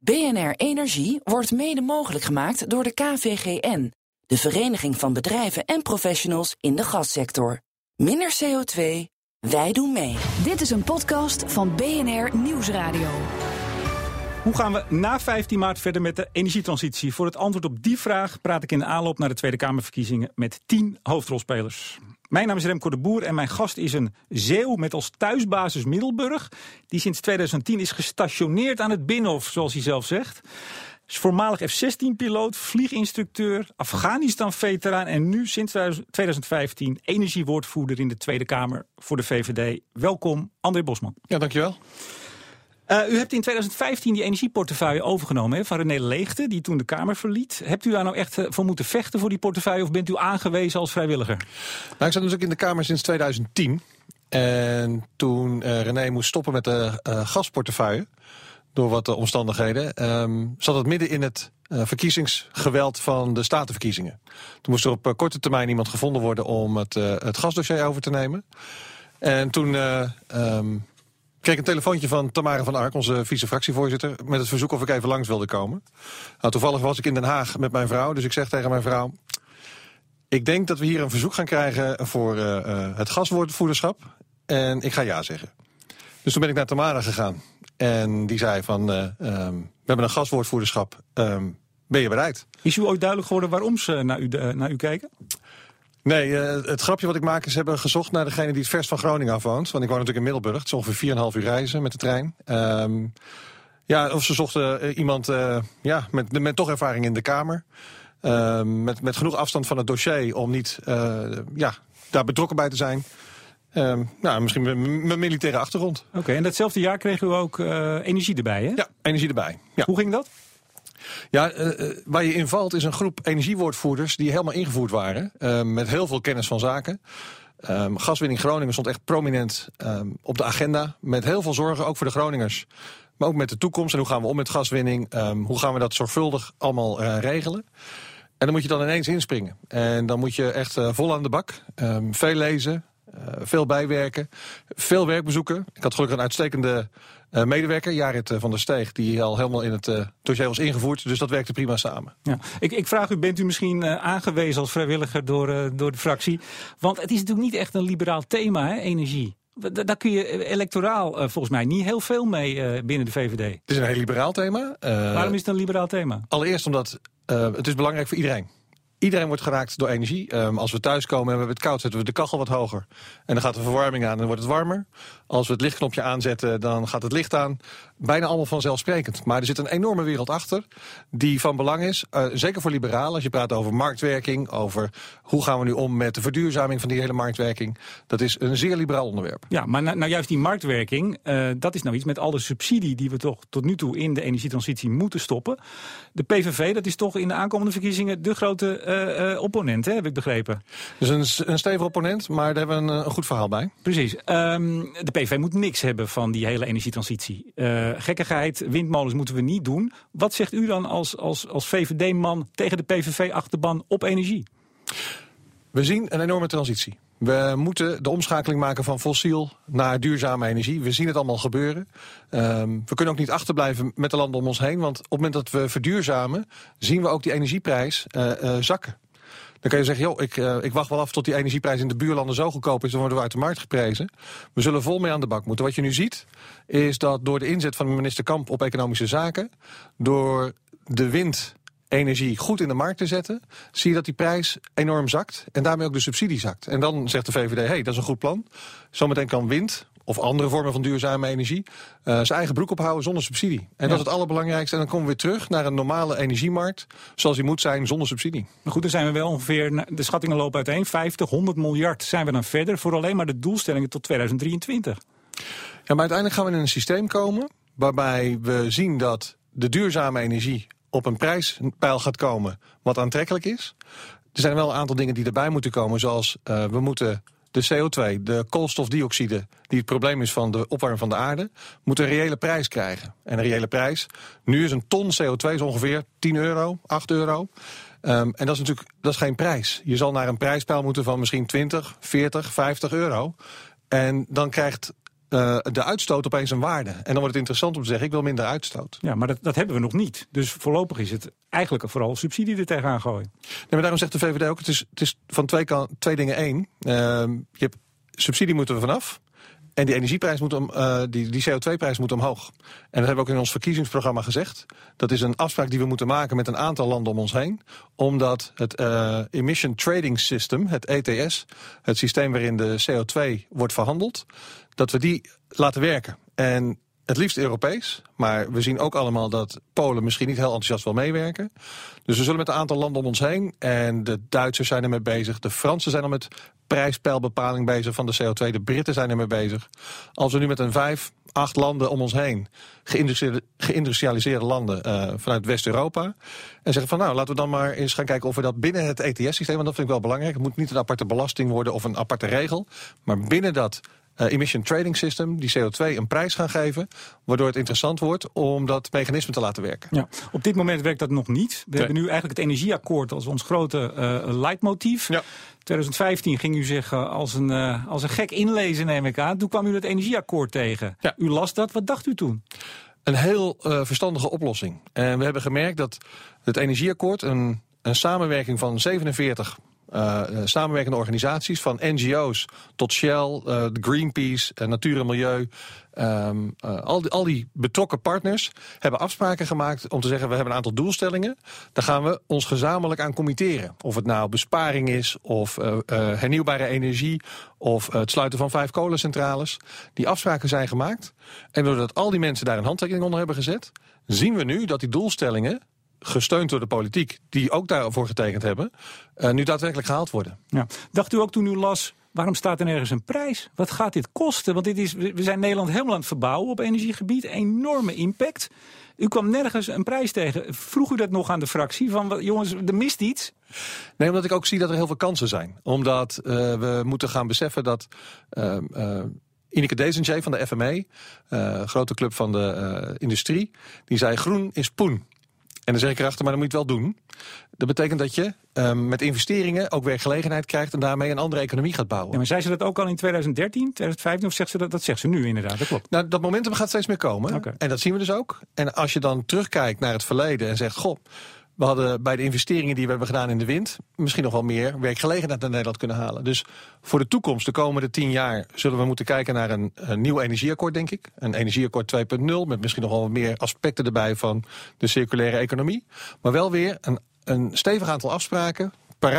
BNR Energie wordt mede mogelijk gemaakt door de KVGN, de Vereniging van Bedrijven en Professionals in de gassector. Minder CO2, wij doen mee. Dit is een podcast van BNR Nieuwsradio. Hoe gaan we na 15 maart verder met de energietransitie? Voor het antwoord op die vraag praat ik in de aanloop naar de Tweede Kamerverkiezingen met 10 hoofdrolspelers. Mijn naam is Remco de Boer en mijn gast is een Zeeuw met als thuisbasis Middelburg, die sinds 2010 is gestationeerd aan het Binnenhof, zoals hij zelf zegt. Is voormalig F-16-piloot, vlieginstructeur, Afghanistan-veteraan en nu sinds 2015 energiewoordvoerder in de Tweede Kamer voor de VVD. Welkom, André Bosman. Ja, dankjewel. U hebt in 2015 die energieportefeuille overgenomen van René Leegte, die toen de Kamer verliet. Hebt u daar nou echt voor moeten vechten voor die portefeuille of bent u aangewezen als vrijwilliger? Nou, ik zat natuurlijk in de Kamer sinds 2010. En toen René moest stoppen met de gasportefeuille, door wat omstandigheden, zat het midden in het verkiezingsgeweld van de statenverkiezingen. Toen moest er op korte termijn iemand gevonden worden om het gasdossier over te nemen. En toen kreeg ik een telefoontje van Tamara van Ark, onze vice-fractievoorzitter, met het verzoek of ik even langs wilde komen. Nou, toevallig was ik in Den Haag met mijn vrouw, dus ik zeg tegen mijn vrouw: ik denk dat we hier een verzoek gaan krijgen voor het gaswoordvoerderschap en ik ga ja zeggen. Dus toen ben ik naar Tamara gegaan en die zei van, we hebben een gaswoordvoerderschap, ben je bereid? Is u ooit duidelijk geworden waarom ze naar u kijken? Nee, het grapje wat ik maak is, ze hebben gezocht naar degene die het verst van Groningen af woont. Want ik woon natuurlijk in Middelburg, het is ongeveer 4,5 uur reizen met de trein. Of ze zochten iemand met toch ervaring in de Kamer. Met genoeg afstand van het dossier om niet daar betrokken bij te zijn. Misschien mijn militaire achtergrond. Oké, en datzelfde jaar kreeg u ook energie erbij, hè? Ja, energie erbij. Ja. Hoe ging dat? Ja, waar je in valt is een groep energiewoordvoerders die helemaal ingevoerd waren. Met heel veel kennis van zaken. Gaswinning Groningen stond echt prominent op de agenda. Met heel veel zorgen, ook voor de Groningers. Maar ook met de toekomst en hoe gaan we om met gaswinning. Hoe gaan we dat zorgvuldig allemaal regelen. En dan moet je dan ineens inspringen. En dan moet je echt vol aan de bak. Veel lezen. Veel bijwerken, veel werkbezoeken. Ik had gelukkig een uitstekende medewerker, Jarit van der Steeg, die al helemaal in het dossier was ingevoerd. Dus dat werkte prima samen. Ja. Ik vraag u, bent u misschien aangewezen als vrijwilliger door de fractie? Want het is natuurlijk niet echt een liberaal thema, hè, energie. Daar kun je electoraal volgens mij niet heel veel mee binnen de VVD. Het is een heel liberaal thema. Waarom is het een liberaal thema? Allereerst omdat het is belangrijk voor iedereen. Iedereen wordt geraakt door energie. Als we thuis komen en we hebben het koud, zetten we de kachel wat hoger. En dan gaat de verwarming aan en dan wordt het warmer. Als we het lichtknopje aanzetten, dan gaat het licht aan. Bijna allemaal vanzelfsprekend. Maar er zit een enorme wereld achter die van belang is. Zeker voor liberalen, als je praat over marktwerking, over hoe gaan we nu om met de verduurzaming van die hele marktwerking. Dat is een zeer liberaal onderwerp. Ja, maar nou juist die marktwerking, dat is nou iets met al de subsidie die we toch tot nu toe in de energietransitie moeten stoppen. De PVV, dat is toch in de aankomende verkiezingen de grote opponent, hè, heb ik begrepen. Dus een stevige opponent, maar daar hebben we een goed verhaal bij. Precies. De PVV moet niks hebben van die hele energietransitie. Gekkigheid, windmolens moeten we niet doen. Wat zegt u dan als VVD-man tegen de PVV-achterban op energie? We zien een enorme transitie. We moeten de omschakeling maken van fossiel naar duurzame energie. We zien het allemaal gebeuren. We kunnen ook niet achterblijven met de landen om ons heen. Want op het moment dat we verduurzamen, zien we ook die energieprijs zakken. Dan kan je zeggen, joh, ik wacht wel af tot die energieprijs in de buurlanden zo goedkoop is, dan worden we uit de markt geprezen. We zullen vol mee aan de bak moeten. Wat je nu ziet, is dat door de inzet van minister Kamp op economische zaken, door de windenergie goed in de markt te zetten, zie je dat die prijs enorm zakt en daarmee ook de subsidie zakt. En dan zegt de VVD, hey, dat is een goed plan. Zometeen kan wind of andere vormen van duurzame energie zijn eigen broek ophouden zonder subsidie. En dat is het allerbelangrijkste. En dan komen we weer terug naar een normale energiemarkt zoals die moet zijn zonder subsidie. Maar goed, dan zijn we wel ongeveer, de schattingen lopen uiteen, 50, 100 miljard zijn we dan verder voor alleen maar de doelstellingen tot 2023. Ja, maar uiteindelijk gaan we in een systeem komen waarbij we zien dat de duurzame energie op een prijspeil gaat komen wat aantrekkelijk is. Er zijn wel een aantal dingen die erbij moeten komen, zoals we moeten de CO2, de koolstofdioxide, die het probleem is van de opwarming van de aarde, moet een reële prijs krijgen. En een reële prijs, nu is een ton CO2 is ongeveer 10 euro, 8 euro. En dat is natuurlijk geen prijs. Je zal naar een prijspeil moeten van misschien 20, 40, 50 euro. En dan krijgt de uitstoot opeens een waarde. En dan wordt het interessant om te zeggen, ik wil minder uitstoot. Ja, maar dat hebben we nog niet. Dus voorlopig is het eigenlijk vooral subsidie er tegenaan gooien. Nee, maar daarom zegt de VVD ook, het is van twee dingen één. Je hebt subsidie moeten we vanaf. En die energieprijs moet die CO2-prijs moet omhoog. En dat hebben we ook in ons verkiezingsprogramma gezegd. Dat is een afspraak die we moeten maken met een aantal landen om ons heen. Omdat het Emission Trading System, het ETS, het systeem waarin de CO2 wordt verhandeld, dat we die laten werken. En het liefst Europees, maar we zien ook allemaal dat Polen misschien niet heel enthousiast wil meewerken. Dus we zullen met een aantal landen om ons heen, en de Duitsers zijn ermee bezig, de Fransen zijn al met prijspeilbepaling bezig van de CO2, de Britten zijn ermee bezig. Als we nu met een 5, 8 landen om ons heen, geïndustrialiseerde landen vanuit West-Europa, en zeggen van nou, laten we dan maar eens gaan kijken of we dat binnen het ETS-systeem, want dat vind ik wel belangrijk, het moet niet een aparte belasting worden of een aparte regel, maar binnen dat Emission Trading System, die CO2 een prijs gaan geven, waardoor het interessant wordt om dat mechanisme te laten werken. Ja, op dit moment werkt dat nog niet. We hebben nu eigenlijk het energieakkoord als ons grote leidmotief. Ja. 2015 ging u zich als een gek inlezen, neem ik aan. Toen kwam u het energieakkoord tegen. Ja. U las dat, wat dacht u toen? Een heel verstandige oplossing. En we hebben gemerkt dat het energieakkoord een samenwerking van 47 samenwerkende organisaties, van NGO's tot Shell, Greenpeace, Natuur en Milieu. Al die betrokken partners hebben afspraken gemaakt om te zeggen, we hebben een aantal doelstellingen. Daar gaan we ons gezamenlijk aan committeren. Of het nou besparing is, of hernieuwbare energie, of het sluiten van 5 kolencentrales. Die afspraken zijn gemaakt. En doordat al die mensen daar een handtekening onder hebben gezet, zien we nu dat die doelstellingen, gesteund door de politiek, die ook daarvoor getekend hebben, nu daadwerkelijk gehaald worden. Ja. Dacht u ook toen u las, waarom staat er nergens een prijs? Wat gaat dit kosten? Want we zijn Nederland helemaal aan het verbouwen op energiegebied. Enorme impact. U kwam nergens een prijs tegen. Vroeg u dat nog aan de fractie? Van jongens, er mist iets? Nee, omdat ik ook zie dat er heel veel kansen zijn. Omdat we moeten gaan beseffen dat Ineke Desentje van de FME, grote club van de industrie, die zei groen is poen. En dan zeg ik erachter, maar dan moet je het wel doen. Dat betekent dat je met investeringen ook werkgelegenheid krijgt en daarmee een andere economie gaat bouwen. Ja, maar zei ze dat ook al in 2013, 2015 of zegt ze dat zegt ze nu inderdaad? Dat klopt. Nou, dat momentum gaat steeds meer komen. Okay. En dat zien we dus ook. En als je dan terugkijkt naar het verleden en zegt, goh, we hadden bij de investeringen die we hebben gedaan in de wind misschien nog wel meer werkgelegenheid naar Nederland kunnen halen. Dus voor de toekomst, de komende 10 jaar, zullen we moeten kijken naar een nieuw energieakkoord, denk ik. Een energieakkoord 2.0 met misschien nog wel wat meer aspecten erbij van de circulaire economie. Maar wel weer een stevig aantal afspraken.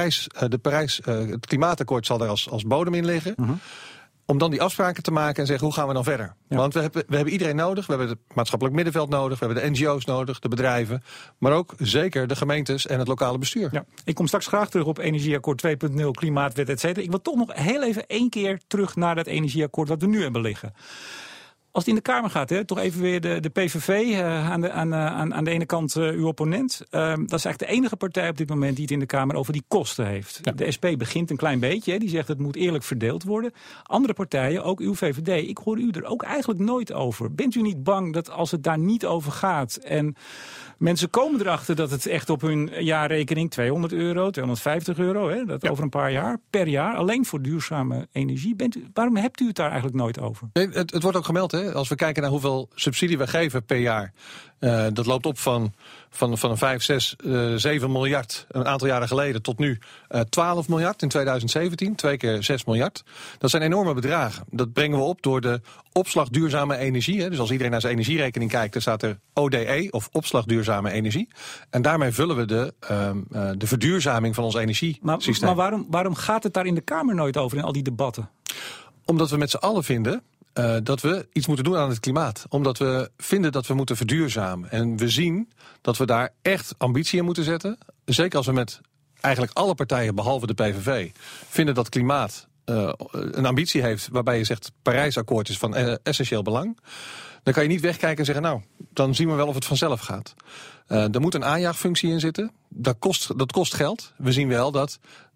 Het klimaatakkoord zal daar als bodem in liggen. Uh-huh. Om dan die afspraken te maken en zeggen, hoe gaan we dan verder? Ja. Want we hebben iedereen nodig. We hebben het maatschappelijk middenveld nodig. We hebben de NGO's nodig, de bedrijven. Maar ook zeker de gemeentes en het lokale bestuur. Ja. Ik kom straks graag terug op energieakkoord 2.0, klimaatwet, et cetera. Ik wil toch nog heel even 1 keer terug naar dat energieakkoord wat we nu hebben liggen. Als het in de Kamer gaat, toch even weer de PVV, aan de ene kant uw opponent. Dat is eigenlijk de enige partij op dit moment die het in de Kamer over die kosten heeft. Ja. De SP begint een klein beetje, die zegt het moet eerlijk verdeeld worden. Andere partijen, ook uw VVD, ik hoor u er ook eigenlijk nooit over. Bent u niet bang dat als het daar niet over gaat en mensen komen erachter dat het echt op hun jaarrekening €200, €250, dat over een paar jaar, per jaar, alleen voor duurzame energie. Waarom hebt u het daar eigenlijk nooit over? Nee, het wordt ook gemeld, hè? Als we kijken naar hoeveel subsidie we geven per jaar. Dat loopt op van 5, 6, 7 miljard een aantal jaren geleden tot nu 12 miljard in 2017. 2 keer 6 miljard. Dat zijn enorme bedragen. Dat brengen we op door de opslag duurzame energie. Hè. Dus als iedereen naar zijn energierekening kijkt, dan staat er ODE of opslag duurzame energie. En daarmee vullen we de verduurzaming van ons energiesysteem. Maar waarom gaat het daar in de Kamer nooit over in al die debatten? Omdat we met z'n allen vinden dat we iets moeten doen aan het klimaat. Omdat we vinden dat we moeten verduurzamen. En we zien dat we daar echt ambitie in moeten zetten. Zeker als we met eigenlijk alle partijen, behalve de PVV, vinden dat klimaat een ambitie heeft waarbij je zegt Parijsakkoord is van essentieel belang. Dan kan je niet wegkijken en zeggen, nou, dan zien we wel of het vanzelf gaat. Er moet een aanjaagfunctie in zitten. Dat kost geld. We zien wel dat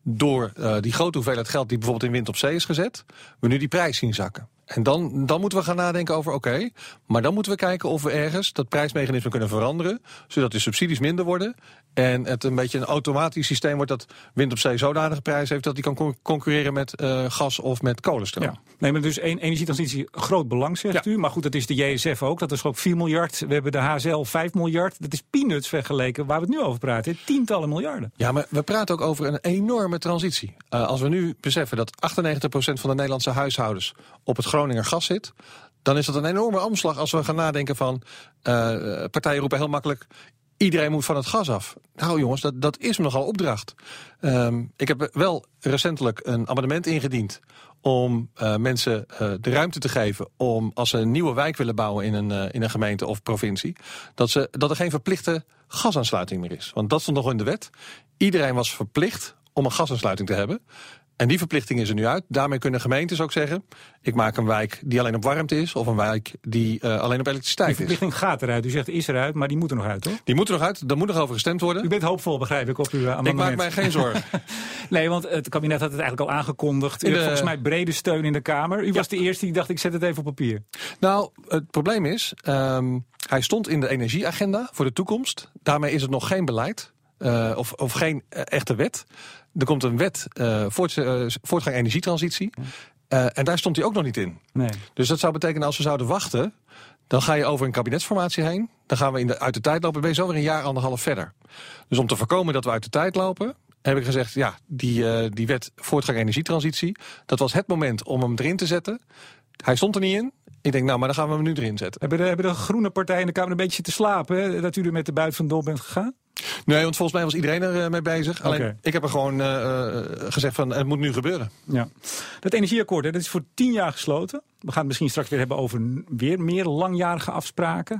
door die grote hoeveelheid geld die bijvoorbeeld in wind op zee is gezet, we nu die prijs zien zakken. En dan moeten we gaan nadenken over, oké, maar dan moeten we kijken of we ergens dat prijsmechanisme kunnen veranderen, zodat de subsidies minder worden en het een beetje een automatisch systeem wordt dat wind op zee zodanige prijs heeft dat die kan concurreren met gas of met kolenstroom. Ja. Nee, maar dus energietransitie groot belang, zegt u. Maar goed, dat is de JSF ook. Dat is ook 4 miljard. We hebben de HZL 5 miljard. Dat is peanuts vergeleken waar we het nu over praten. Tientallen miljarden. Ja, maar we praten ook over een enorme transitie. Als we nu beseffen dat 98% van de Nederlandse huishoudens op het Groninger gas zit, dan is dat een enorme omslag als we gaan nadenken van partijen roepen heel makkelijk, iedereen moet van het gas af. Nou jongens, dat is me nogal opdracht. Ik heb wel recentelijk een amendement ingediend om mensen de ruimte te geven om, als ze een nieuwe wijk willen bouwen in een gemeente of provincie, dat er geen verplichte gasaansluiting meer is. Want dat stond nog in de wet. Iedereen was verplicht om een gasaansluiting te hebben. En die verplichting is er nu uit. Daarmee kunnen gemeentes ook zeggen, ik maak een wijk die alleen op warmte is, of een wijk die alleen op elektriciteit is. Die verplichting gaat eruit. U zegt is eruit, maar die moet er nog uit, hoor. Die moet er nog uit. Daar moet nog over gestemd worden. U bent hoopvol, begrijp ik, op uw amendement. Ik maak mij geen zorgen. Nee, want het kabineet had het eigenlijk al aangekondigd. U hebt volgens mij brede steun in de Kamer. U was de eerste die dacht, ik zet het even op papier. Nou, het probleem is, hij stond in de energieagenda voor de toekomst. Daarmee is het nog geen beleid. Of geen echte wet. Er komt een wet voortgang energietransitie. En daar stond hij ook nog niet in. Nee. Dus dat zou betekenen als we zouden wachten, dan ga je over een kabinetsformatie heen. Dan gaan we uit de tijd lopen. Ben je zo weer een jaar, 1,5 verder. Dus om te voorkomen dat we uit de tijd lopen, heb ik gezegd, ja, die wet voortgang energietransitie, dat was het moment om hem erin te zetten. Hij stond er niet in. Ik denk, nou, maar dan gaan we hem nu erin zetten. Hebben de groene partijen in de Kamer een beetje te slapen, hè, dat u er met de buit van dol bent gegaan? Nee, want volgens mij was iedereen er mee bezig. Alleen, ik heb er gewoon gezegd van, het moet nu gebeuren. Ja. Dat energieakkoord, dat is voor 10 jaar gesloten. We gaan het misschien straks weer hebben over weer meer langjarige afspraken.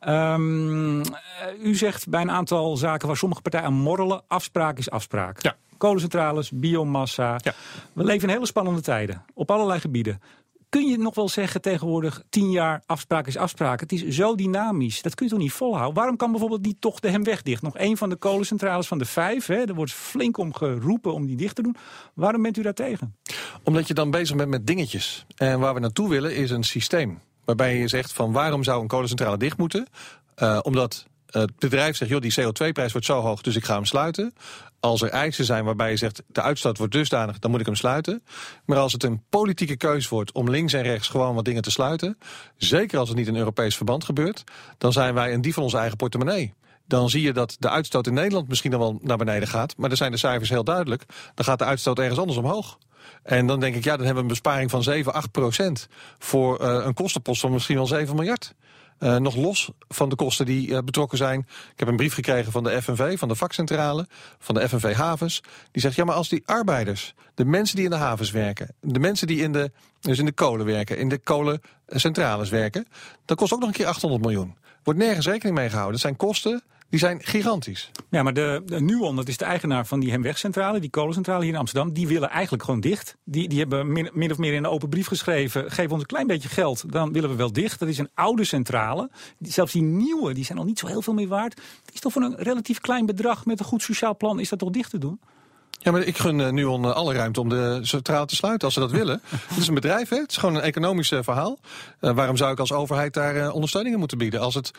U zegt bij een aantal zaken waar sommige partijen aan morrelen, afspraak is afspraak. Ja. Kolencentrales, biomassa. Ja. We leven in hele spannende tijden, op allerlei gebieden. Kun je nog wel zeggen tegenwoordig 10 jaar afspraak is afspraak? Het is zo dynamisch. Dat kun je toch niet volhouden? Waarom kan bijvoorbeeld niet toch de Hemweg dicht? Nog 1 van de kolencentrales van de 5. Hè? Er wordt flink om geroepen om die dicht te doen. Waarom bent u daar tegen? Omdat je dan bezig bent met dingetjes. En waar we naartoe willen is een systeem. Waarbij je zegt van waarom zou een kolencentrale dicht moeten? Omdat het bedrijf zegt, joh, die CO2-prijs wordt zo hoog, dus ik ga hem sluiten. Als er eisen zijn waarbij je zegt, de uitstoot wordt dusdanig, dan moet ik hem sluiten. Maar als het een politieke keus wordt om links en rechts gewoon wat dingen te sluiten, zeker als het niet in Europees verband gebeurt, dan zijn wij een dief van onze eigen portemonnee. Dan zie je dat de uitstoot in Nederland misschien dan wel naar beneden gaat, maar dan zijn de cijfers heel duidelijk. Dan gaat de uitstoot ergens anders omhoog. En dan denk ik, ja, dan hebben we een besparing van 7-8% voor een kostenpost van misschien wel 7 miljard. Nog los van de kosten die betrokken zijn. Ik heb een brief gekregen van de FNV, van de vakcentrale, van de FNV Havens. Die zegt, ja, maar als die arbeiders, de mensen die in de havens werken, de mensen die in de kolen werken, in de kolencentrales werken, dat kost ook nog een keer 800 miljoen. Wordt nergens rekening mee gehouden. Dat zijn kosten, die zijn gigantisch. Ja, maar de Nuon, dat is de eigenaar van die Hemwegcentrale, die kolencentrale hier in Amsterdam, die willen eigenlijk gewoon dicht. Die hebben min of meer in een open brief geschreven, geef ons een klein beetje geld, dan willen we wel dicht. Dat is een oude centrale. Zelfs die nieuwe, die zijn al niet zo heel veel meer waard. Het is toch voor een relatief klein bedrag met een goed sociaal plan, is dat toch dicht te doen? Ja, maar ik gun Nuon alle ruimte om de centrale te sluiten als ze dat willen. Het is een bedrijf, hè? Het is gewoon een economisch verhaal. Waarom zou ik als overheid daar ondersteuningen moeten bieden? Als het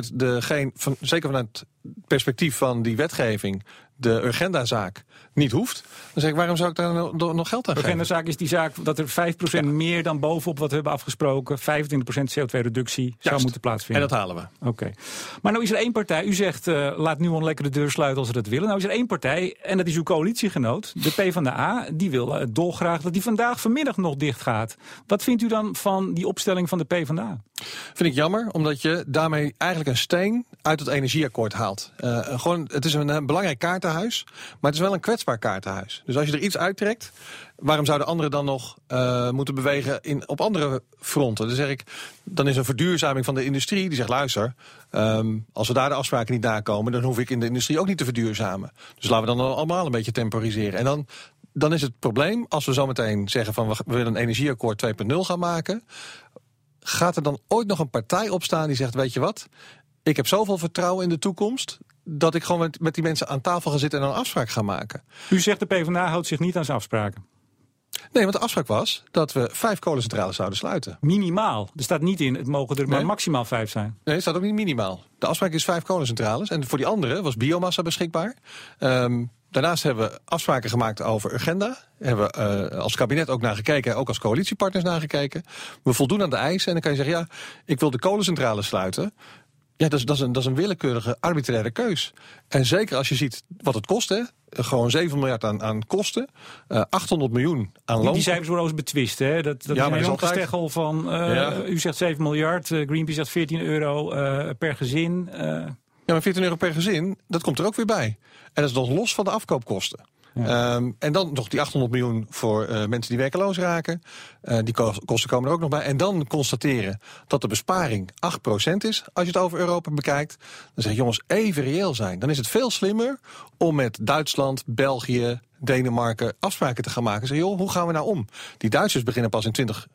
zeker vanuit het perspectief van die wetgeving, de Urgenda-zaak, niet hoeft, dan zeg ik, waarom zou ik daar nog geld aan geven? De Urgenda-zaak is die zaak dat er 5% meer dan bovenop wat we hebben afgesproken, 25% CO2-reductie zou moeten plaatsvinden. En dat halen we. Oké. Maar nou is er één partij, u zegt, laat Nuon lekker de deur sluiten als ze dat willen. Nou is er één partij, en dat is uw coalitiegenoot, de PvdA, die wil dolgraag dat die vanmiddag nog dicht gaat. Wat vindt u dan van die opstelling van de PvdA? Vind ik jammer, omdat je daarmee eigenlijk een steen uit het energieakkoord haalt. Het is een belangrijk kaartenhuis, maar het is wel een kwetsbaar kaartenhuis. Dus als je er iets uittrekt, waarom zouden anderen dan nog moeten bewegen op andere fronten? Dan zeg ik, dan is een verduurzaming van de industrie die zegt, luister, als we daar de afspraken niet nakomen, dan hoef ik in de industrie ook niet te verduurzamen. Dus laten we dan allemaal een beetje temporiseren. En dan is het probleem, als we zometeen zeggen van we willen een energieakkoord 2.0 gaan maken, gaat er dan ooit nog een partij opstaan die zegt, weet je wat, ik heb zoveel vertrouwen in de toekomst, dat ik gewoon met die mensen aan tafel ga zitten en een afspraak ga maken. U zegt de PvdA houdt zich niet aan zijn afspraken. Nee, want de afspraak was dat we 5 kolencentrales zouden sluiten. Minimaal. Er staat niet in, het mogen er maar maximaal 5 zijn. Nee, het staat ook niet minimaal. De afspraak is 5 kolencentrales. En voor die andere was biomassa beschikbaar. Daarnaast hebben we afspraken gemaakt over agenda. Hebben we als kabinet ook naar gekeken, ook als coalitiepartners naar gekeken. We voldoen aan de eisen en dan kan je zeggen, ja, ik wil de kolencentrales sluiten. Ja, dat is een willekeurige, arbitraire keus. En zeker als je ziet wat het kost, hè. Gewoon 7 miljard aan kosten. 800 miljoen aan loon. Die cijfers worden ook betwist, hè? Dat is een heel gesteggel van... U zegt 7 miljard, Greenpeace zegt 14 euro per gezin. Ja, maar 14 euro per gezin, dat komt er ook weer bij. En dat is nog los van de afkoopkosten. Ja. En dan nog die 800 miljoen voor mensen die werkeloos raken. Die kosten komen er ook nog bij. En dan constateren dat de besparing 8% is. Als je het over Europa bekijkt. Dan zeg je, jongens, even reëel zijn. Dan is het veel slimmer om met Duitsland, België, Denemarken afspraken te gaan maken. Zeg, joh, hoe gaan we nou om? Die Duitsers beginnen pas in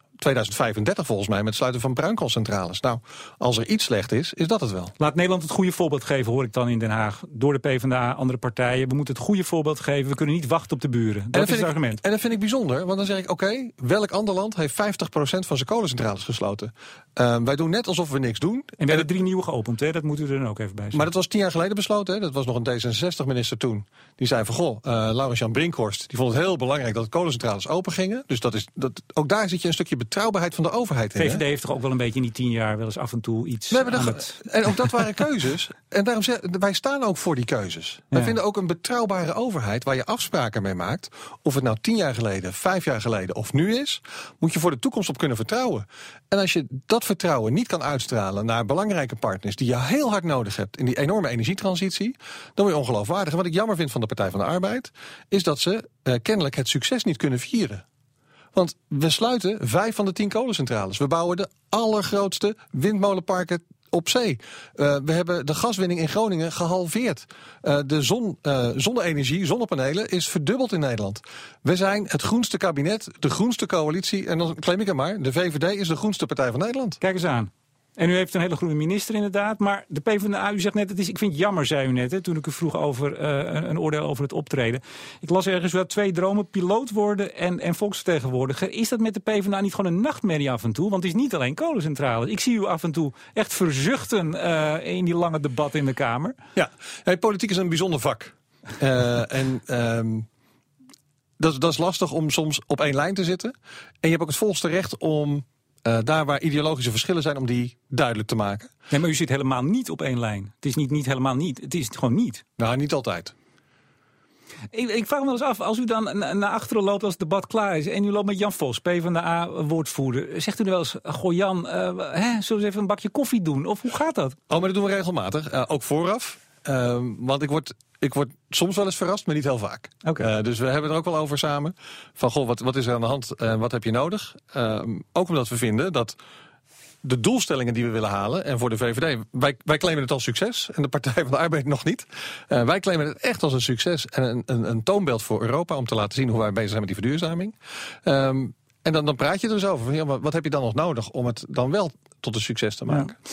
2035 volgens mij met het sluiten van bruinkoolcentrales. Nou, als er iets slecht is dat het wel. Laat Nederland het goede voorbeeld geven, hoor ik dan in Den Haag. Door de PvdA, andere partijen. We moeten het goede voorbeeld geven. We kunnen niet wachten op de buren. Dat is het argument. En dat vind ik bijzonder, want dan zeg ik, oké, welk ander land heeft 50% van zijn kolencentrales gesloten? Wij doen net alsof we niks doen. En we hebben 3 nieuwe geopend, hè? Dat moet u er dan ook even bij zeggen. Maar dat was 10 jaar geleden besloten, hè? Dat was nog een D66-minister toen. Die zei van, goh, Laurens-Jan Brinkhorst, die vond het heel belangrijk dat de kolencentrales open gingen. Dus ook daar zit je een stukje betrouwbaarheid van de overheid in. VVD heeft toch ook wel een beetje in die 10 jaar wel eens af en toe iets En ook dat waren keuzes. En daarom wij staan ook voor die keuzes. Wij vinden ook een betrouwbare overheid waar je afspraken mee maakt. Of het nou 10 jaar geleden, 5 jaar geleden of nu is, moet je voor de toekomst op kunnen vertrouwen. En als je dat vertrouwen niet kan uitstralen naar belangrijke partners die je heel hard nodig hebt in die enorme energietransitie, dan word je ongeloofwaardig. En wat ik jammer vind van de Partij van de Arbeid, is dat ze kennelijk het succes niet kunnen vieren. Want we sluiten 5 van de 10 kolencentrales. We bouwen de allergrootste windmolenparken op zee. We hebben de gaswinning in Groningen gehalveerd. De zonne-energie, zonnepanelen, is verdubbeld in Nederland. We zijn het groenste kabinet, de groenste coalitie. En dan claim ik het maar, de VVD is de groenste partij van Nederland. Kijk eens aan. En u heeft een hele groene minister inderdaad. Maar de PvdA, u zegt net, ik vind het jammer, zei u net, hè, toen ik u vroeg over een oordeel over het optreden. Ik las ergens wel 2 dromen, piloot worden en volksvertegenwoordiger. Is dat met de PvdA niet gewoon een nachtmerrie af en toe? Want het is niet alleen kolencentrales. Ik zie u af en toe echt verzuchten in die lange debatten in de Kamer. Ja, politiek is een bijzonder vak. Dat is lastig om soms op één lijn te zitten. En je hebt ook het volste recht om daar waar ideologische verschillen zijn, om die duidelijk te maken. Nee, maar u zit helemaal niet op één lijn. Het is niet helemaal niet. Het is gewoon niet. Nou, niet altijd. Ik vraag me wel eens af, als u dan naar achteren loopt als het debat klaar is en u loopt met Jan Vos, PvdA-woordvoerder, zegt u wel eens, goh Jan, zullen we eens even een bakje koffie doen? Of hoe gaat dat? Oh, maar dat doen we regelmatig. Ook vooraf. Want ik word soms wel eens verrast, maar niet heel vaak. Okay. Dus we hebben er ook wel over samen. Van, goh, wat is er aan de hand? Wat heb je nodig? Ook omdat we vinden dat de doelstellingen die we willen halen, en voor de VVD, wij claimen het als succes, en de Partij van de Arbeid nog niet. Wij claimen het echt als een succes en een toonbeeld voor Europa, om te laten zien hoe wij bezig zijn met die verduurzaming. En dan praat je er dus over. Van, ja, wat heb je dan nog nodig om het dan wel tot een succes te maken? Ja.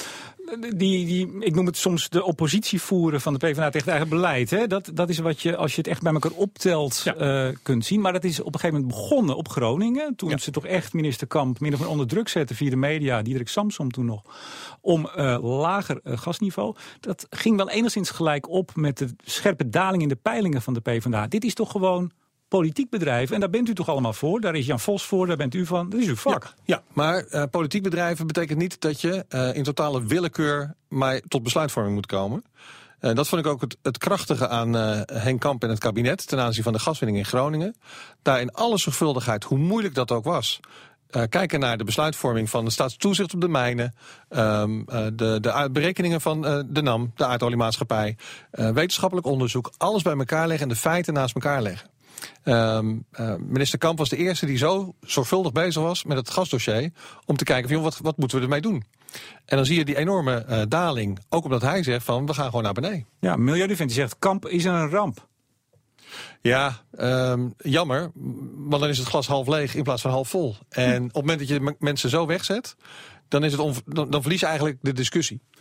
Ik noem het soms de oppositie voeren van de PvdA tegen het eigen beleid. Hè? Dat is wat je, als je het echt bij elkaar optelt, kunt zien. Maar dat is op een gegeven moment begonnen op Groningen. Toen ze toch echt minister Kamp min of meer onder druk zetten via de media, Diederik Samsom toen nog, om lager gasniveau. Dat ging wel enigszins gelijk op met de scherpe daling in de peilingen van de PvdA. Dit is toch gewoon politiek bedrijven. En daar bent u toch allemaal voor? Daar is Jan Vos voor, daar bent u van. Dat is uw vak. Ja, maar politiek bedrijven betekent niet dat je in totale willekeur maar tot besluitvorming moet komen. Dat vond ik ook het krachtige aan Henk Kamp en het kabinet ten aanzien van de gaswinning in Groningen. Daar in alle zorgvuldigheid, hoe moeilijk dat ook was, kijken naar de besluitvorming van de staatstoezicht op de mijnen, de berekeningen van de NAM, de aardoliemaatschappij, wetenschappelijk onderzoek, alles bij elkaar leggen en de feiten naast elkaar leggen. Minister Kamp was de eerste die zo zorgvuldig bezig was met het gasdossier, om te kijken van, wat moeten we ermee doen? En dan zie je die enorme daling, ook omdat hij zegt van, we gaan gewoon naar beneden. Ja, Milieudefensie zegt, Kamp is een ramp. Ja, jammer, want dan is het glas half leeg in plaats van half vol. En op het moment dat je mensen zo wegzet, dan verlies je eigenlijk de discussie.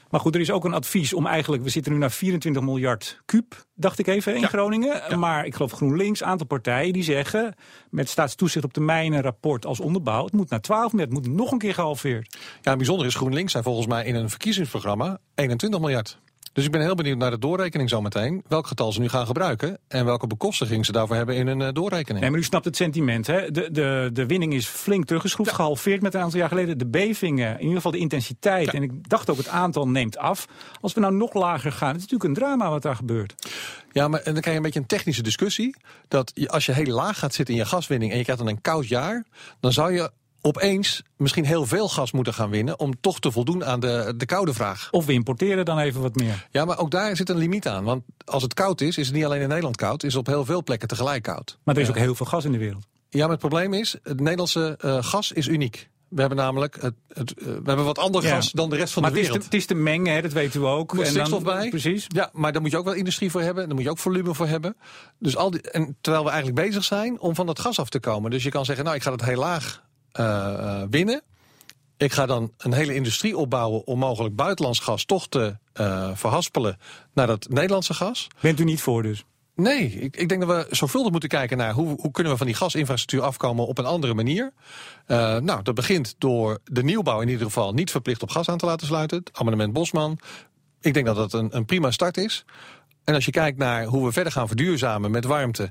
Maar goed, er is ook een advies om eigenlijk... We zitten nu naar 24 miljard kuub, dacht ik even, in Groningen. Ja. Maar ik geloof GroenLinks, een aantal partijen die zeggen... met staatstoezicht op de mijnen rapport als onderbouw... het moet naar 12 miljard, het moet nog een keer gehalveerd. Ja, bijzonder is GroenLinks zijn volgens mij in een verkiezingsprogramma 21 miljard. Dus ik ben heel benieuwd naar de doorrekening zometeen. Welk getal ze nu gaan gebruiken en welke bekostiging ze daarvoor hebben in hun doorrekening. Nee, maar u snapt het sentiment. Hè? De winning is flink teruggeschroefd, gehalveerd met een aantal jaar geleden. De bevingen, in ieder geval de intensiteit. Ja. En ik dacht ook het aantal neemt af. Als we nou nog lager gaan, het is natuurlijk een drama wat daar gebeurt. Ja, maar en dan krijg je een beetje een technische discussie. Dat als je heel laag gaat zitten in je gaswinning en je krijgt dan een koud jaar, dan zou je opeens misschien heel veel gas moeten gaan winnen om toch te voldoen aan de koude vraag. Of we importeren dan even wat meer. Ja, maar ook daar zit een limiet aan. Want als het koud is het niet alleen in Nederland koud, is het op heel veel plekken tegelijk koud. Maar er is ook heel veel gas in de wereld. Ja, maar het probleem is, het Nederlandse gas is uniek. We hebben namelijk we hebben wat ander gas dan de rest van de wereld. Maar het is te mengen, hè, dat weten we ook. Er moet stikstof bij. Precies. Ja, maar daar moet je ook wel industrie voor hebben. Daar moet je ook volume voor hebben. Dus terwijl we eigenlijk bezig zijn om van dat gas af te komen. Dus je kan zeggen, nou, ik ga het heel laag winnen. Ik ga dan een hele industrie opbouwen om mogelijk buitenlands gas toch te verhaspelen naar dat Nederlandse gas. Bent u niet voor dus? Nee, ik denk dat we zorgvuldig moeten kijken naar hoe kunnen we van die gasinfrastructuur afkomen op een andere manier. Nou, dat begint door de nieuwbouw in ieder geval niet verplicht op gas aan te laten sluiten. Het amendement Bosman. Ik denk dat dat een prima start is. En als je kijkt naar hoe we verder gaan verduurzamen met warmte,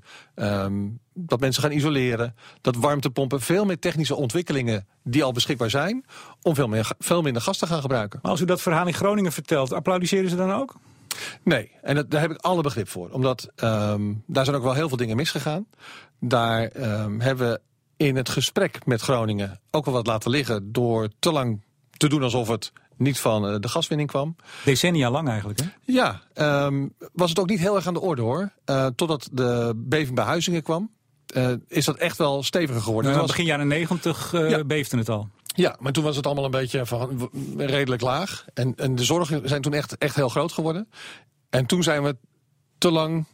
dat mensen gaan isoleren, dat warmtepompen, veel meer technische ontwikkelingen die al beschikbaar zijn, om veel minder gas te gaan gebruiken. Maar als u dat verhaal in Groningen vertelt, applaudisseren ze dan ook? Nee, en daar heb ik alle begrip voor. Omdat daar zijn ook wel heel veel dingen misgegaan. Daar hebben we in het gesprek met Groningen ook wel wat laten liggen door te lang te doen alsof het niet van de gaswinning kwam. Decennia lang eigenlijk, hè? Ja, was het ook niet heel erg aan de orde, hoor. Totdat de beving bij Huizingen kwam, is dat echt wel steviger geworden. Nou, begin jaren 90 beefde het al. Ja, maar toen was het allemaal een beetje redelijk laag. En de zorgen zijn toen echt heel groot geworden. En toen zijn we te lang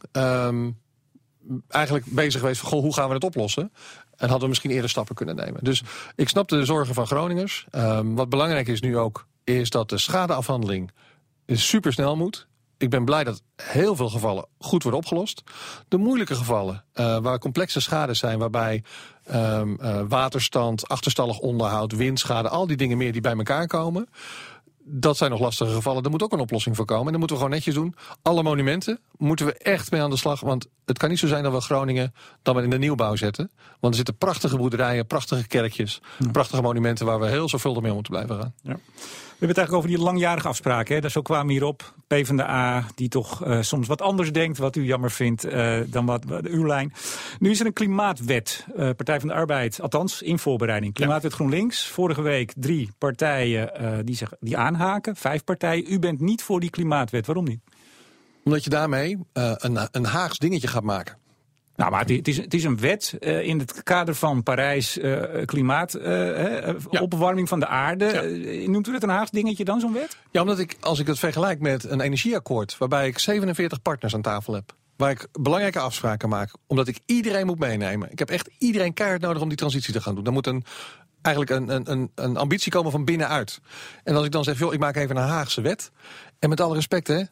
eigenlijk bezig geweest van, hoe gaan we het oplossen? En hadden we misschien eerder stappen kunnen nemen. Dus ik snap de zorgen van Groningers. Wat belangrijk is nu ook, is dat de schadeafhandeling supersnel moet. Ik ben blij dat heel veel gevallen goed worden opgelost. De moeilijke gevallen, waar complexe schades zijn, waarbij waterstand, achterstallig onderhoud, windschade, al die dingen meer die bij elkaar komen, dat zijn nog lastige gevallen. Daar moet ook een oplossing voor komen. En dan moeten we gewoon netjes doen. Alle monumenten moeten we echt mee aan de slag. Want het kan niet zo zijn dat we Groningen dan maar in de nieuwbouw zetten. Want er zitten prachtige boerderijen, prachtige kerkjes, prachtige monumenten waar we heel zorgvuldig mee moeten blijven gaan. Ja. We hebben het eigenlijk over die langjarige afspraken. Hè? Zo kwamen we hierop. PvdA, die toch soms wat anders denkt, wat u jammer vindt dan wat uw lijn. Nu is er een klimaatwet. Partij van de Arbeid, althans in voorbereiding. Klimaatwet GroenLinks. Vorige week 3 partijen die aanhaken. 5 partijen. U bent niet voor die klimaatwet. Waarom niet? Omdat je daarmee een Haags dingetje gaat maken. Nou, maar het is een wet in het kader van Parijs klimaat, opwarming van de aarde. Ja. Noemt u dat een Haags dingetje dan, zo'n wet? Ja, omdat als ik het vergelijk met een energieakkoord, waarbij ik 47 partners aan tafel heb, waar ik belangrijke afspraken maak, omdat ik iedereen moet meenemen. Ik heb echt iedereen keihard nodig om die transitie te gaan doen. Dan moet eigenlijk een ambitie komen van binnenuit. En als ik dan zeg, joh, ik maak even een Haagse wet. En met alle respect, hè.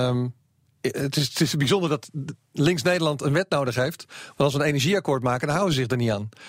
Het is bijzonder dat links-Nederland een wet nodig heeft. Want als we een energieakkoord maken, dan houden ze zich er niet aan.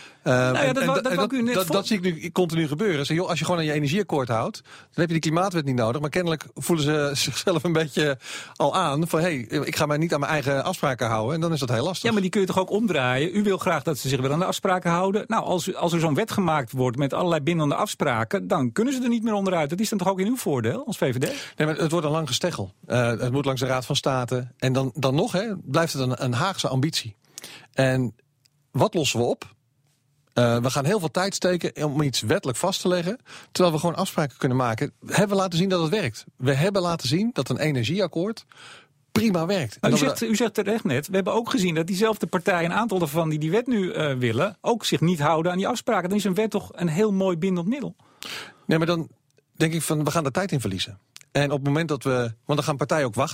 Dat zie ik nu continu gebeuren. Zeg, joh, als je gewoon aan je energieakkoord houdt, dan heb je die klimaatwet niet nodig. Maar kennelijk voelen ze zichzelf een beetje al aan van, ik ga mij niet aan mijn eigen afspraken houden. En dan is dat heel lastig. Ja, maar die kun je toch ook omdraaien? U wil graag dat ze zich weer aan de afspraken houden. Nou, als er zo'n wet gemaakt wordt met allerlei bindende afspraken, dan kunnen ze er niet meer onderuit. Dat is dan toch ook in uw voordeel als VVD? Nee, maar het wordt een lang gesteggel. Het moet langs de Raad van State. En dan nog, blijft het een Haagse ambitie. En wat lossen we op? We gaan heel veel tijd steken om iets wettelijk vast te leggen, terwijl we gewoon afspraken kunnen maken. We hebben laten zien dat het werkt. We hebben laten zien dat een energieakkoord prima werkt. U zegt terecht net, we hebben ook gezien dat diezelfde partijen, een aantal daarvan die want nu willen, ook zich niet houden aan die afspraken. Dan is een wet toch een heel mooi bindend middel. Nee, maar dan denk ik van, we gaan er tijd in verliezen. En op het moment dat want dan gaan partijen ook wachten.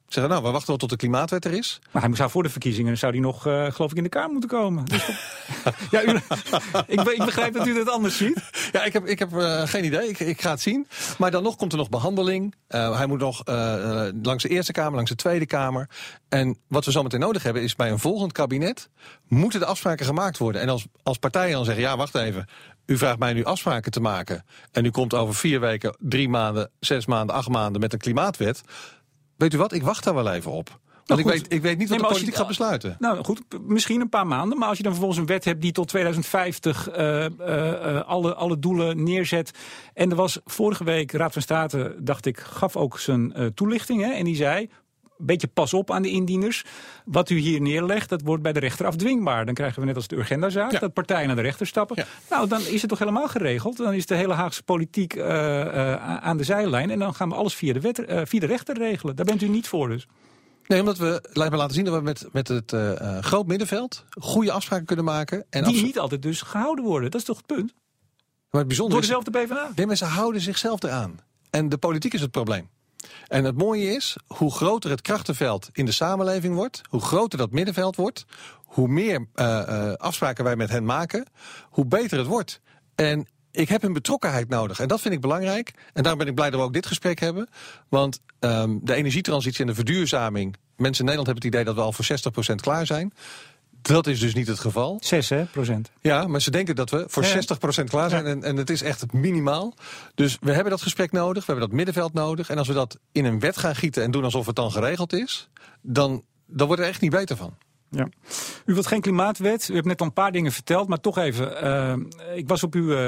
Zeggen, nou, we wachten wel tot de klimaatwet er is. Maar hij zou voor de verkiezingen nog, geloof ik, in de Kamer moeten komen. Dus ja, ik begrijp dat u het anders ziet. Ja, ik heb geen idee. Ik ga het zien. Maar dan nog komt er nog behandeling. Hij moet nog langs de Eerste Kamer, langs de Tweede Kamer. En wat we zometeen nodig hebben is bij een volgend kabinet moeten de afspraken gemaakt worden. En als partijen dan zeggen, ja, wacht even. U vraagt mij nu afspraken te maken. En u komt over 4 weken, 3 maanden, 6 maanden, 8 maanden met een klimaatwet. Weet u wat, ik wacht daar wel even op. Want ik weet niet wat de politiek gaat besluiten. Nou goed, misschien een paar maanden. Maar als je dan vervolgens een wet hebt die tot 2050 alle doelen neerzet. En er was vorige week, Raad van State, dacht ik, gaf ook zijn toelichting. Hè, en die zei, een beetje pas op aan de indieners. Wat u hier neerlegt, dat wordt bij de rechter afdwingbaar. Dan krijgen we net als de Urgenda-zaak, dat partijen naar de rechter stappen. Ja. Nou, dan is het toch helemaal geregeld. Dan is de hele Haagse politiek aan de zijlijn. En dan gaan we alles via de rechter regelen. Daar bent u niet voor dus. Nee, omdat we laten zien dat we met het groot middenveld goede afspraken kunnen maken. En die niet altijd dus gehouden worden. Dat is toch het punt? Maar het bijzondere door dezelfde PvdA? Nee, mensen houden zichzelf eraan. En de politiek is het probleem. En het mooie is, hoe groter het krachtenveld in de samenleving wordt, hoe groter dat middenveld wordt, hoe meer afspraken wij met hen maken, hoe beter het wordt. En ik heb hun betrokkenheid nodig. En dat vind ik belangrijk. En daarom ben ik blij dat we ook dit gesprek hebben. Want de energietransitie en de verduurzaming, mensen in Nederland hebben het idee dat we al voor 60% klaar zijn. Dat is dus niet het geval. 6%. Ja, maar ze denken dat we voor 60% klaar zijn en het is echt minimaal. Dus we hebben dat gesprek nodig, we hebben dat middenveld nodig. En als we dat in een wet gaan gieten en doen alsof het dan geregeld is, dan wordt er echt niet beter van. Ja. U wilt geen klimaatwet. U hebt net al een paar dingen verteld, maar toch even. Ik was op uw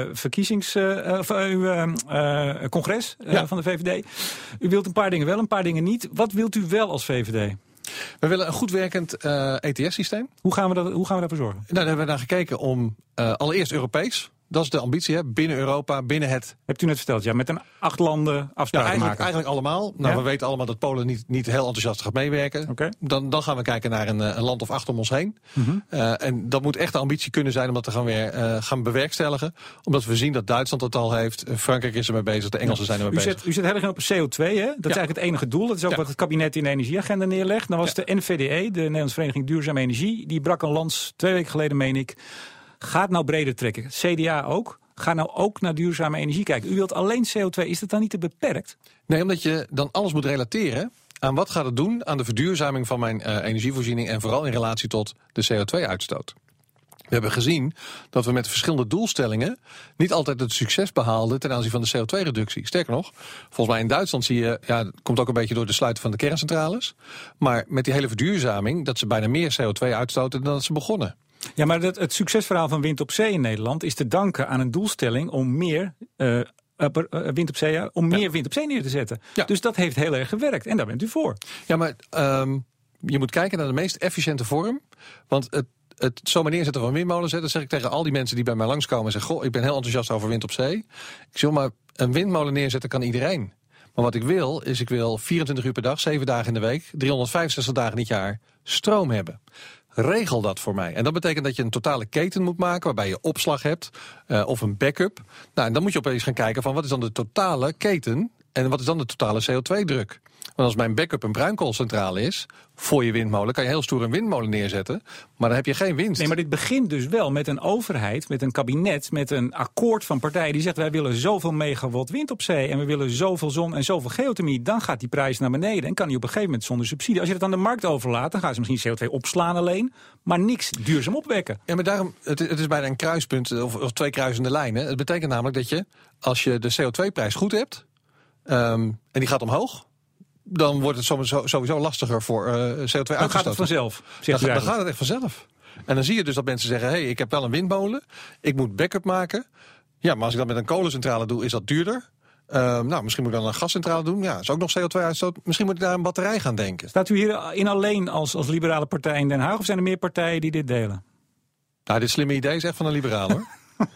congres van de VVD. U wilt een paar dingen wel, een paar dingen niet. Wat wilt u wel als VVD? We willen een goed werkend ETS-systeem. Hoe gaan we daarvoor zorgen? Nou, daar hebben we naar gekeken om allereerst Europees. Dat is de ambitie, hè? Binnen Europa, binnen het... Hebt u net verteld, ja, met een 8 landen afspraken maken. Eigenlijk allemaal. Nou, we weten allemaal dat Polen niet heel enthousiast gaat meewerken. Okay. Dan gaan we kijken naar een land of 8 om ons heen. Mm-hmm. En dat moet echt de ambitie kunnen zijn om dat te gaan bewerkstelligen. Omdat we zien dat Duitsland het al heeft. Frankrijk is er mee bezig, de Engelsen zijn er mee bezig. U zet heel erg op CO2, hè? Dat is eigenlijk het enige doel. Dat is ook wat het kabinet in de energieagenda neerlegt. Dan was de NVDE, de Nederlandse Vereniging Duurzame Energie. Die brak een lans 2 weken geleden, meen ik. Gaat nou breder trekken. CDA ook. Ga nou ook naar duurzame energie kijken. U wilt alleen CO2. Is dat dan niet te beperkt? Nee, omdat je dan alles moet relateren aan wat gaat het doen aan de verduurzaming van mijn energievoorziening en vooral in relatie tot de CO2-uitstoot. We hebben gezien dat we met verschillende doelstellingen niet altijd het succes behaalden ten aanzien van de CO2-reductie. Sterker nog, volgens mij in Duitsland zie je, dat komt ook een beetje door de sluiten van de kerncentrales, maar met die hele verduurzaming dat ze bijna meer CO2 uitstoten dan dat ze begonnen. Ja, maar het succesverhaal van wind op zee in Nederland is te danken aan een doelstelling om meer wind op zee, meer wind op zee neer te zetten. Ja. Dus dat heeft heel erg gewerkt en daar bent u voor. Ja, maar je moet kijken naar de meest efficiënte vorm. Want het zomaar neerzetten van windmolens, dat zeg ik tegen al die mensen die bij mij langskomen en zeggen, goh, ik ben heel enthousiast over wind op zee. Ik zeg, maar een windmolen neerzetten kan iedereen. Maar wat ik wil, is 24 uur per dag, 7 dagen in de week, 365 dagen in het jaar stroom hebben. Regel dat voor mij. En dat betekent dat je een totale keten moet maken waarbij je opslag hebt of een backup. Nou, en dan moet je opeens gaan kijken van wat is dan de totale keten en wat is dan de totale CO2-druk. Want als mijn backup een bruinkoolcentrale is, voor je windmolen, kan je heel stoer een windmolen neerzetten, maar dan heb je geen winst. Nee, maar dit begint dus wel met een overheid, met een kabinet, met een akkoord van partijen die zegt wij willen zoveel megawatt wind op zee en we willen zoveel zon en zoveel geothermie. Dan gaat die prijs naar beneden en kan die op een gegeven moment zonder subsidie. Als je het aan de markt overlaat, dan gaan ze misschien CO2 opslaan alleen, maar niks duurzaam opwekken. Ja, maar daarom, het is bijna een kruispunt of 2 kruisende lijnen. Het betekent namelijk dat je, als je de CO2-prijs goed hebt en die gaat omhoog, dan wordt het sowieso lastiger voor CO2 uitstoot. Dan gaat het vanzelf. Dan gaat het echt vanzelf. En dan zie je dus dat mensen zeggen, hey, ik heb wel een windmolen, ik moet backup maken. Ja, maar als ik dat met een kolencentrale doe, is dat duurder. Misschien moet ik dan een gascentrale doen. Ja, dat is ook nog CO2-uitstoot. Misschien moet ik daar een batterij gaan denken. Staat u hierin alleen als liberale partij in Den Haag of zijn er meer partijen die dit delen? Nou, dit slimme idee is echt van een liberaal, hoor.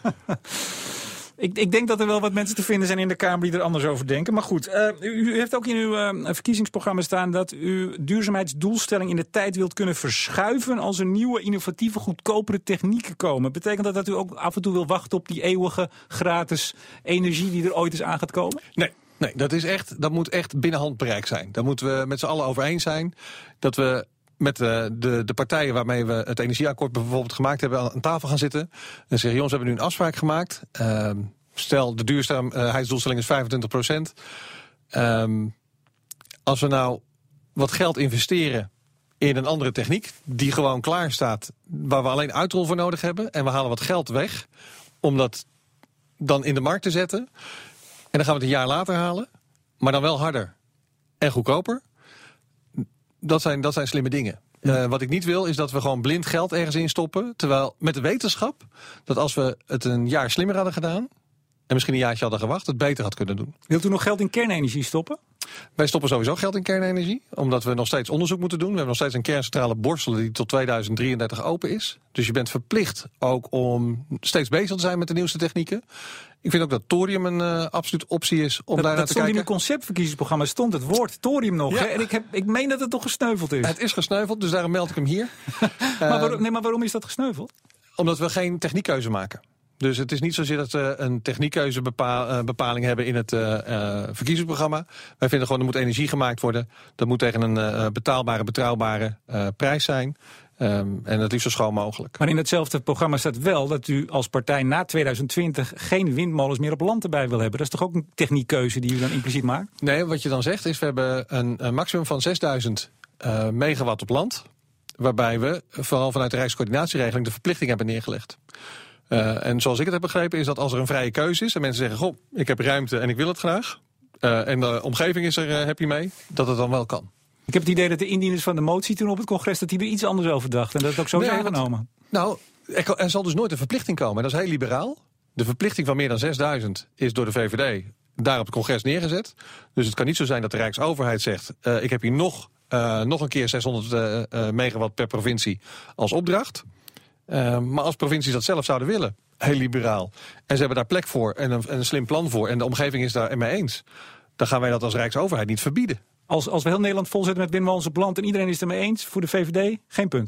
Ik denk dat er wel wat mensen te vinden zijn in de Kamer die er anders over denken. Maar goed, u heeft ook in uw verkiezingsprogramma staan dat u duurzaamheidsdoelstelling in de tijd wilt kunnen verschuiven als er nieuwe, innovatieve, goedkopere technieken komen. Betekent dat u ook af en toe wil wachten op die eeuwige gratis energie die er ooit eens aan gaat komen? Nee, Nee, dat moet echt binnen handbereik zijn. Daar moeten we met z'n allen over eens zijn. Dat we met de partijen waarmee we het energieakkoord bijvoorbeeld gemaakt hebben aan tafel gaan zitten. En zeggen, jongens, we hebben nu een afspraak gemaakt. Stel, de duurzaamheidsdoelstelling is 25%. Als we nou wat geld investeren in een andere techniek die gewoon klaar staat, waar we alleen uitrol voor nodig hebben, en we halen wat geld weg om dat dan in de markt te zetten, en dan gaan we het een jaar later halen, maar dan wel harder en goedkoper. Dat zijn slimme dingen. Wat ik niet wil is dat we gewoon blind geld ergens in stoppen, terwijl met de wetenschap dat als we het een jaar slimmer hadden gedaan en misschien een jaartje hadden gewacht, het beter had kunnen doen. Wilt u nog geld in kernenergie stoppen? Wij stoppen sowieso geld in kernenergie, omdat we nog steeds onderzoek moeten doen. We hebben nog steeds een kerncentrale Borselen die tot 2033 open is. Dus je bent verplicht ook om steeds bezig te zijn met de nieuwste technieken. Ik vind ook dat thorium een absoluut optie is om daar naar te kijken. In uw conceptverkiezingsprogramma stond het woord thorium nog. Ja. Hè? En ik meen dat het toch gesneuveld is. Het is gesneuveld, dus daarom meld ik hem hier. Maar waarom is dat gesneuveld? Omdat we geen techniekkeuze maken. Dus het is niet zozeer dat we een techniekkeuzebepaling hebben in het verkiezingsprogramma. Wij vinden gewoon, er moet energie gemaakt worden. Dat moet tegen een betaalbare, betrouwbare prijs zijn. En het liefst zo schoon mogelijk. Maar in hetzelfde programma staat wel dat u als partij na 2020 geen windmolens meer op land erbij wil hebben. Dat is toch ook een techniekkeuze die u dan impliciet maakt? Nee, wat je dan zegt is, we hebben een maximum van 6000 megawatt op land. Waarbij we vooral vanuit de Rijkscoördinatieregeling de verplichting hebben neergelegd. En zoals ik het heb begrepen is dat als er een vrije keuze is en mensen zeggen, goh, ik heb ruimte en ik wil het graag, en de omgeving is er happy mee, dat het dan wel kan. Ik heb het idee dat de indieners van de motie toen op het congres dat die er iets anders over dachten en dat het ook zo is aangenomen. Nou, er zal dus nooit een verplichting komen. Dat is heel liberaal. De verplichting van meer dan 6000 is door de VVD daar op het congres neergezet. Dus het kan niet zo zijn dat de Rijksoverheid zegt, ik heb hier nog een keer 600 megawatt per provincie als opdracht. Maar als provincies dat zelf zouden willen, heel liberaal, en ze hebben daar plek voor en een slim plan voor en de omgeving is daar ermee eens, dan gaan wij dat als Rijksoverheid niet verbieden. Als we heel Nederland volzetten met windmolens op land en iedereen is het ermee eens, voor de VVD geen punt.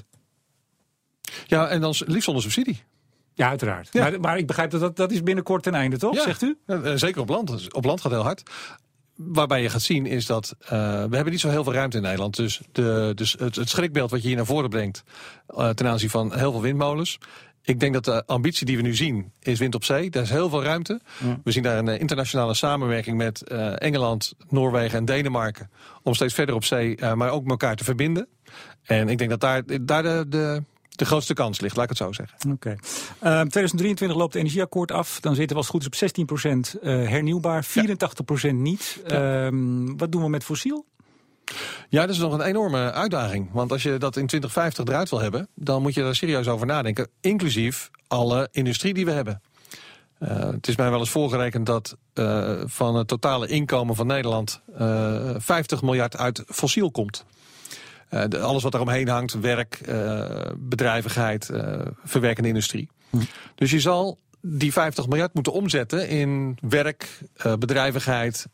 Ja, en dan liefst zonder subsidie. Ja, uiteraard. Ja. Maar ik begrijp dat is binnenkort ten einde, toch? Ja, zegt u? Zeker op land. Op land gaat heel hard. Waarbij je gaat zien is dat we hebben niet zo heel veel ruimte in Nederland. Dus het schrikbeeld wat je hier naar voren brengt ten aanzien van heel veel windmolens. Ik denk dat de ambitie die we nu zien is wind op zee. Daar is heel veel ruimte. Ja. We zien daar een internationale samenwerking met Engeland, Noorwegen en Denemarken. Om steeds verder op zee, maar ook elkaar te verbinden. En ik denk dat daar de grootste kans ligt, laat ik het zo zeggen. Oké. 2023 loopt het energieakkoord af. Dan zitten we als het goed is op 16% hernieuwbaar, 84% niet. Ja. Wat doen we met fossiel? Ja, dat is nog een enorme uitdaging. Want als je dat in 2050 eruit wil hebben, dan moet je daar serieus over nadenken. Inclusief alle industrie die we hebben. Het is mij wel eens voorgerekend dat van het totale inkomen van Nederland 50 miljard uit fossiel komt. Alles wat er omheen hangt, werk, bedrijvigheid, verwerkende industrie. Dus je zal die 50 miljard moeten omzetten in werk, bedrijvigheid,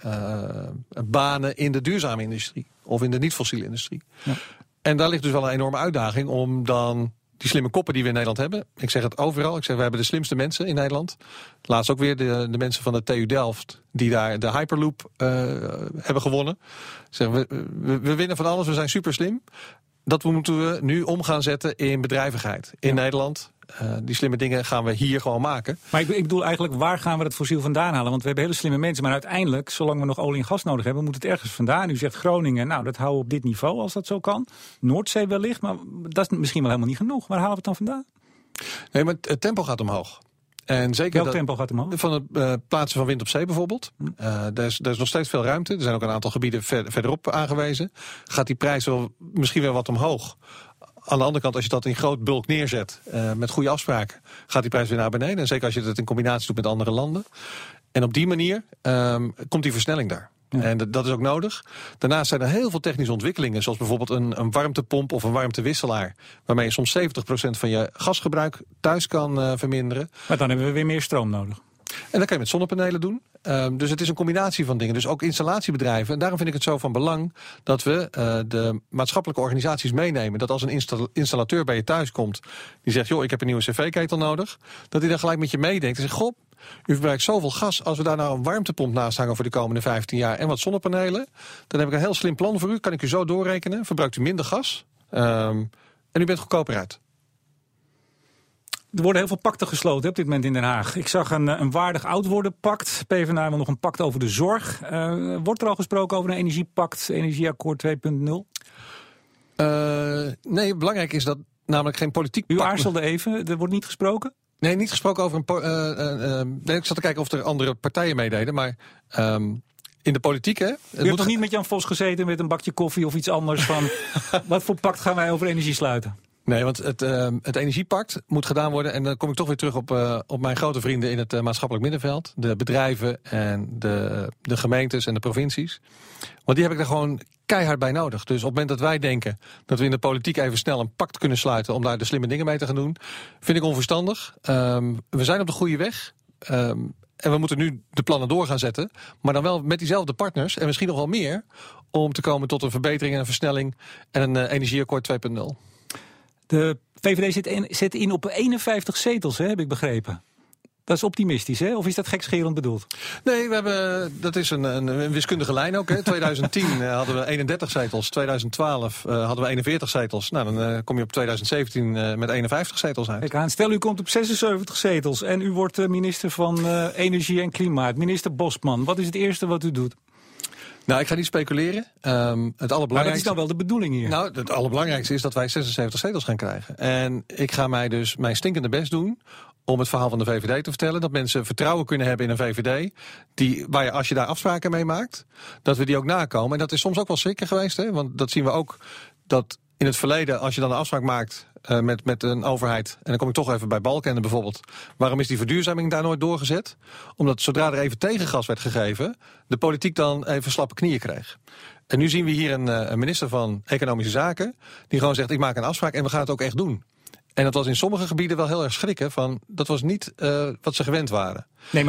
banen in de duurzame industrie. Of in de niet-fossiele industrie. Ja. En daar ligt dus wel een enorme uitdaging om dan die slimme koppen die we in Nederland hebben. Ik zeg het overal. Ik zeg, we hebben de slimste mensen in Nederland. Laatst ook weer de mensen van de TU Delft die daar de Hyperloop hebben gewonnen. Zeg, we winnen van alles, we zijn super slim. Dat moeten we nu om gaan zetten in bedrijvigheid. In Nederland. Die slimme dingen gaan we hier gewoon maken. Maar ik bedoel eigenlijk, waar gaan we dat fossiel vandaan halen? Want we hebben hele slimme mensen. Maar uiteindelijk, zolang we nog olie en gas nodig hebben, moet het ergens vandaan. U zegt Groningen, nou dat houden we op dit niveau als dat zo kan. Noordzee wellicht, maar dat is misschien wel helemaal niet genoeg. Waar halen we het dan vandaan? Nee, maar het tempo gaat omhoog. En zeker welk tempo gaat omhoog? Van het plaatsen van wind op zee bijvoorbeeld. Daar is nog steeds veel ruimte. Er zijn ook een aantal gebieden verderop aangewezen. Gaat die prijs misschien wel wat omhoog. Aan de andere kant, als je dat in groot bulk neerzet, met goede afspraken, gaat die prijs weer naar beneden. En zeker als je dat in combinatie doet met andere landen. En op die manier komt die versnelling daar. Ja. En dat is ook nodig. Daarnaast zijn er heel veel technische ontwikkelingen, zoals bijvoorbeeld een warmtepomp of een warmtewisselaar, waarmee je soms 70% van je gasgebruik thuis kan verminderen. Maar dan hebben we weer meer stroom nodig. En dat kan je met zonnepanelen doen. Dus het is een combinatie van dingen. Dus ook installatiekebedrijven. En daarom vind ik het zo van belang dat we de maatschappelijke organisaties meenemen. Dat als een installateur bij je thuis komt, die zegt, joh, ik heb een nieuwe cv-ketel nodig. Dat hij dan gelijk met je meedenkt en zegt, goh, U verbruikt zoveel gas. Als we daar nou een warmtepomp naast hangen voor de komende 15 jaar... en wat zonnepanelen, dan heb ik een heel slim plan voor u. Kan ik u zo doorrekenen. Verbruikt u minder gas. En u bent goedkoper uit. Er worden heel veel pacten gesloten op dit moment in Den Haag. Ik zag een waardig oud worden pact. PvdA wil nog een pact over de zorg. Wordt er al gesproken over een energiepact, energieakkoord 2.0? Nee, belangrijk is dat namelijk geen politiek pact... U aarzelde even, er wordt niet gesproken? Nee, niet gesproken over nee, ik zat te kijken of er andere partijen meededen, maar... in de politiek, hè? U hebt toch niet met Jan Vos gezeten met een bakje koffie of iets anders van... wat voor pact gaan wij over energie sluiten? Nee, want het energiepact moet gedaan worden... en dan kom ik toch weer terug op mijn grote vrienden in het maatschappelijk middenveld. De bedrijven en de gemeentes en de provincies. Want die heb ik er gewoon keihard bij nodig. Dus op het moment dat wij denken dat we in de politiek even snel een pact kunnen sluiten... om daar de slimme dingen mee te gaan doen, vind ik onverstandig. We zijn op de goede weg... En we moeten nu de plannen door gaan zetten. Maar dan wel met diezelfde partners. En misschien nog wel meer. Om te komen tot een verbetering en een versnelling. En een energieakkoord 2.0. De VVD zit in op 51 zetels, heb ik begrepen. Dat is optimistisch, hè? Of is dat gekscherend bedoeld? Nee, dat is een wiskundige lijn ook. Hè. 2010 hadden we 31 zetels. 2012 hadden we 41 zetels. Nou, dan kom je op 2017 met 51 zetels uit. Kijk aan, stel u komt op 76 zetels en u wordt minister van Energie en Klimaat. Minister Bosman, wat is het eerste wat u doet? Nou, ik ga niet speculeren. Het allerbelangrijkste... Maar dat is nou wel de bedoeling hier. Nou, het allerbelangrijkste is dat wij 76 zetels gaan krijgen. En ik ga mijn stinkende best doen om het verhaal van de VVD te vertellen. Dat mensen vertrouwen kunnen hebben in een VVD. Waar je, als je daar afspraken mee maakt, dat we die ook nakomen. En dat is soms ook wel schrikken geweest. Hè? Want dat zien we ook, dat in het verleden, als je dan een afspraak maakt met een overheid, en dan kom ik toch even bij Balkenende bijvoorbeeld. Waarom is die verduurzaming daar nooit doorgezet? Omdat zodra er even tegengas werd gegeven, de politiek dan even slappe knieën kreeg. En nu zien we hier een minister van Economische Zaken die gewoon zegt, ik maak een afspraak en we gaan het ook echt doen. En dat was in sommige gebieden wel heel erg schrikken van, dat was niet wat ze gewend waren.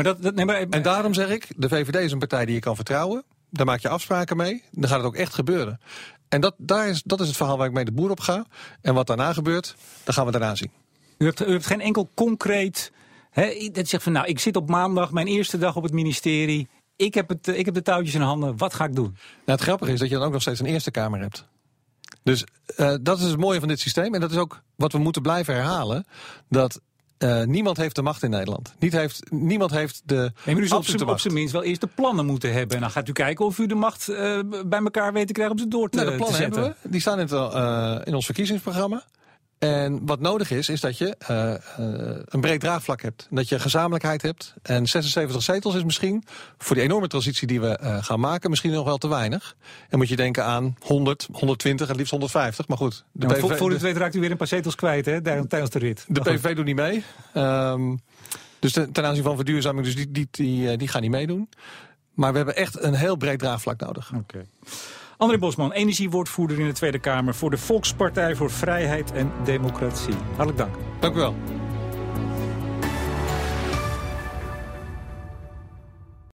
En daarom zeg ik, de VVD is een partij die je kan vertrouwen. Daar maak je afspraken mee, dan gaat het ook echt gebeuren. En dat is het verhaal waar ik mee de boer op ga. En wat daarna gebeurt, dat gaan we daarna zien. U hebt geen enkel concreet... dat zegt van, nou, ik zit op maandag, mijn eerste dag op het ministerie. Ik heb de touwtjes in handen, wat ga ik doen? Nou, het grappige is dat je dan ook nog steeds een Eerste Kamer hebt. Dus dat is het mooie van dit systeem. En dat is ook wat we moeten blijven herhalen. Dat niemand heeft de macht in Nederland. Niemand heeft de absolute macht. Op zijn minst wel eerst de plannen moeten hebben. En dan gaat u kijken of u de macht bij elkaar weet te krijgen om ze door te zetten. De plannen hebben we. Die staan in ons verkiezingsprogramma. En wat nodig is dat je een breed draagvlak hebt. Dat je gezamenlijkheid hebt. En 76 zetels is misschien, voor die enorme transitie die we gaan maken, misschien nog wel te weinig. En moet je denken aan 100, 120 en liefst 150. Maar goed. Voor u het weet raakt u weer een paar zetels kwijt, hè, tijdens de rit. De PVV doet niet mee. Dus ten aanzien van verduurzaming, dus die gaan niet meedoen. Maar we hebben echt een heel breed draagvlak nodig. Okay. André Bosman, energiewoordvoerder in de Tweede Kamer voor de Volkspartij voor Vrijheid en Democratie. Hartelijk dank. Dank u wel.